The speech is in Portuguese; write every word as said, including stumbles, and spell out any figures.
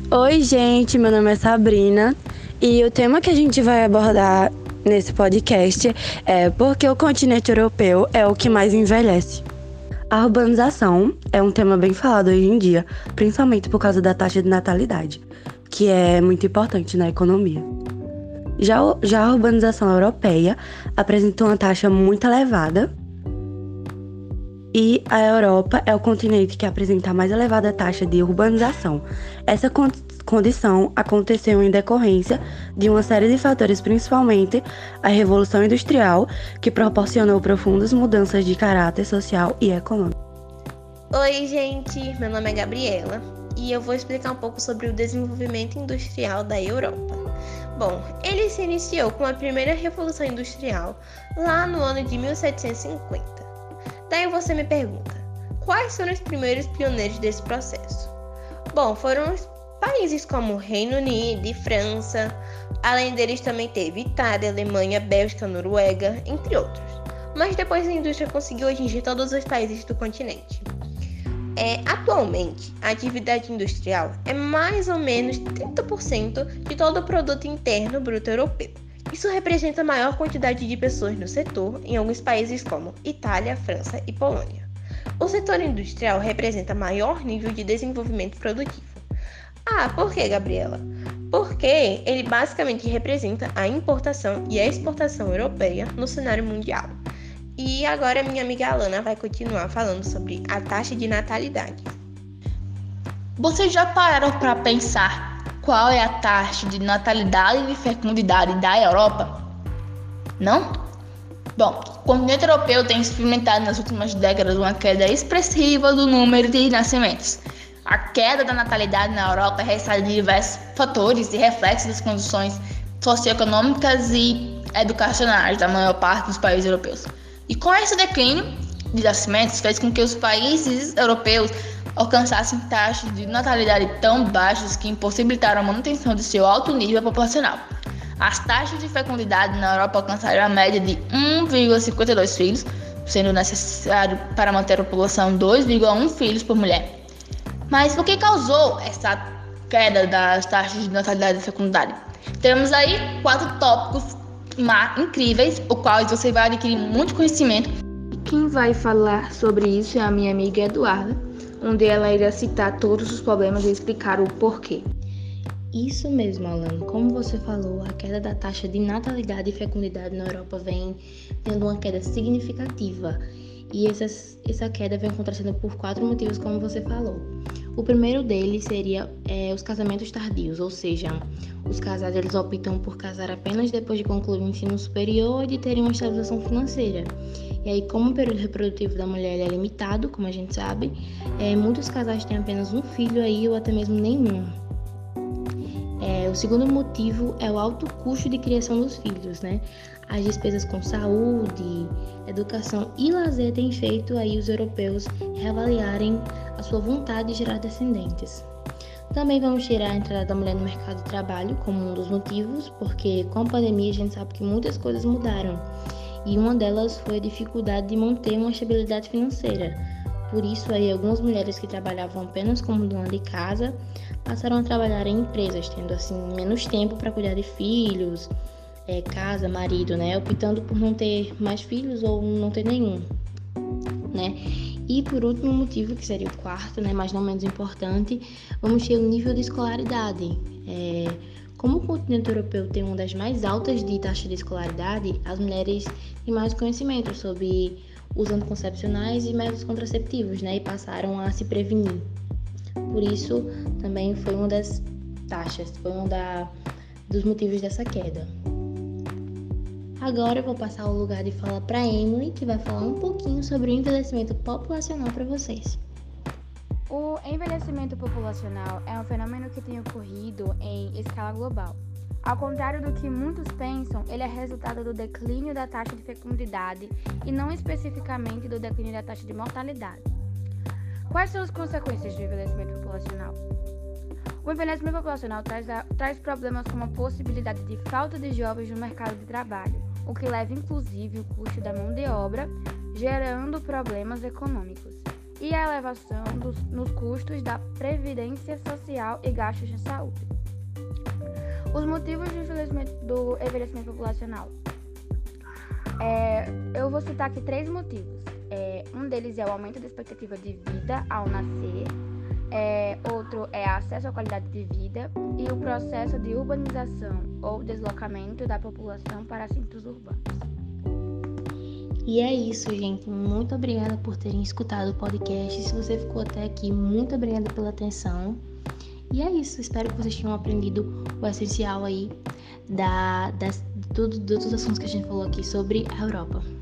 Oi, gente, meu nome é Sabrina e o tema que a gente vai abordar nesse podcast é por que o continente europeu é o que mais envelhece. A urbanização é um tema bem falado hoje em dia, principalmente por causa da taxa de natalidade, que é muito importante na economia. Já, o- já a urbanização europeia apresenta uma taxa muito elevada e a Europa é o continente que apresenta a mais elevada taxa de urbanização. Essa con- condição aconteceu em decorrência de uma série de fatores, principalmente a Revolução Industrial, que proporcionou profundas mudanças de caráter social e econômico. Oi, gente, meu nome é Gabriela e eu vou explicar um pouco sobre o desenvolvimento industrial da Europa. Bom, ele se iniciou com a primeira Revolução Industrial lá no ano de mil setecentos e cinquenta. Daí você me pergunta, quais foram os primeiros pioneiros desse processo? Bom, foram os países como Reino Unido e França. Além deles também teve Itália, Alemanha, Bélgica, Noruega, entre outros. Mas depois a indústria conseguiu atingir todos os países do continente. É, atualmente, a atividade industrial é mais ou menos trinta por cento de todo o produto interno bruto europeu. Isso representa a maior quantidade de pessoas no setor em alguns países como Itália, França e Polônia. O setor industrial representa maior nível de desenvolvimento produtivo. Ah, por que, Gabriela? Porque ele basicamente representa a importação e a exportação europeia no cenário mundial. E agora minha amiga Alana vai continuar falando sobre a taxa de natalidade. Vocês já pararam para pensar qual é a taxa de natalidade e de fecundidade da Europa? Não? Bom, o continente europeu tem experimentado nas últimas décadas uma queda expressiva do número de nascimentos. A queda da natalidade na Europa é resultado de diversos fatores e reflexos das condições socioeconômicas e educacionais da maior parte dos países europeus. E com esse declínio de nascimentos fez com que os países europeus alcançassem taxas de natalidade tão baixas que impossibilitaram a manutenção de seu alto nível populacional. As taxas de fecundidade na Europa alcançaram a média de um vírgula cinquenta e dois filhos, sendo necessário para manter a população dois vírgula um filhos por mulher. Mas o que causou essa queda das taxas de natalidade e fecundidade? Temos aí quatro tópicos incríveis, o qual você vai adquirir muito conhecimento. Quem vai falar sobre isso é a minha amiga Eduarda, onde ela irá citar todos os problemas e explicar o porquê. Isso mesmo, Alan. Como você falou, a queda da taxa de natalidade e fecundidade na Europa vem tendo uma queda significativa. E essa, essa queda vem acontecendo por quatro motivos, como você falou. O primeiro deles seria é, os casamentos tardios, ou seja, os casais eles optam por casar apenas depois de concluir o ensino superior e de terem uma estabilização financeira. E aí, como o período reprodutivo da mulher é limitado, como a gente sabe, é, muitos casais têm apenas um filho aí ou até mesmo nenhum. É, o segundo motivo é o alto custo de criação dos filhos, né? As despesas com saúde, educação e lazer têm feito aí os europeus reavaliarem a sua vontade de gerar descendentes. Também vamos tirar a entrada da mulher no mercado de trabalho como um dos motivos, porque com a pandemia a gente sabe que muitas coisas mudaram e uma delas foi a dificuldade de manter uma estabilidade financeira. Por isso aí algumas mulheres que trabalhavam apenas como dona de casa passaram a trabalhar em empresas, tendo assim menos tempo para cuidar de filhos, é, casa, marido, né? Optando por não ter mais filhos ou não ter nenhum, né? E por último motivo, que seria o quarto, né, mas não menos importante, vamos ter o nível de escolaridade. É, como o continente europeu tem uma das mais altas de taxa de escolaridade, as mulheres têm mais conhecimento sobre os anticoncepcionais e métodos contraceptivos, né, e passaram a se prevenir. Por isso, também foi uma das taxas, foi um da, dos motivos dessa queda. Agora eu vou passar o lugar de fala para Emily, que vai falar um pouquinho sobre o envelhecimento populacional para vocês. O envelhecimento populacional é um fenômeno que tem ocorrido em escala global. Ao contrário do que muitos pensam, ele é resultado do declínio da taxa de fecundidade e não especificamente do declínio da taxa de mortalidade. Quais são as consequências do envelhecimento populacional? O envelhecimento populacional traz, a, traz problemas como a possibilidade de falta de jovens no mercado de trabalho, o que leva inclusive o custo da mão de obra, gerando problemas econômicos. e a elevação dos, nos custos da previdência social e gastos de saúde. Os motivos do envelhecimento, do envelhecimento populacional. É, eu vou citar aqui três motivos. É, um deles é o aumento da expectativa de vida ao nascer, é, outro é acesso à qualidade de vida e o processo de urbanização ou deslocamento da população para centros urbanos. E é isso, gente. Muito obrigada por terem escutado o podcast. Se você ficou até aqui, muito obrigada pela atenção. E é isso. Espero que vocês tenham aprendido o essencial aí da, das, de todos os assuntos que a gente falou aqui sobre a Europa.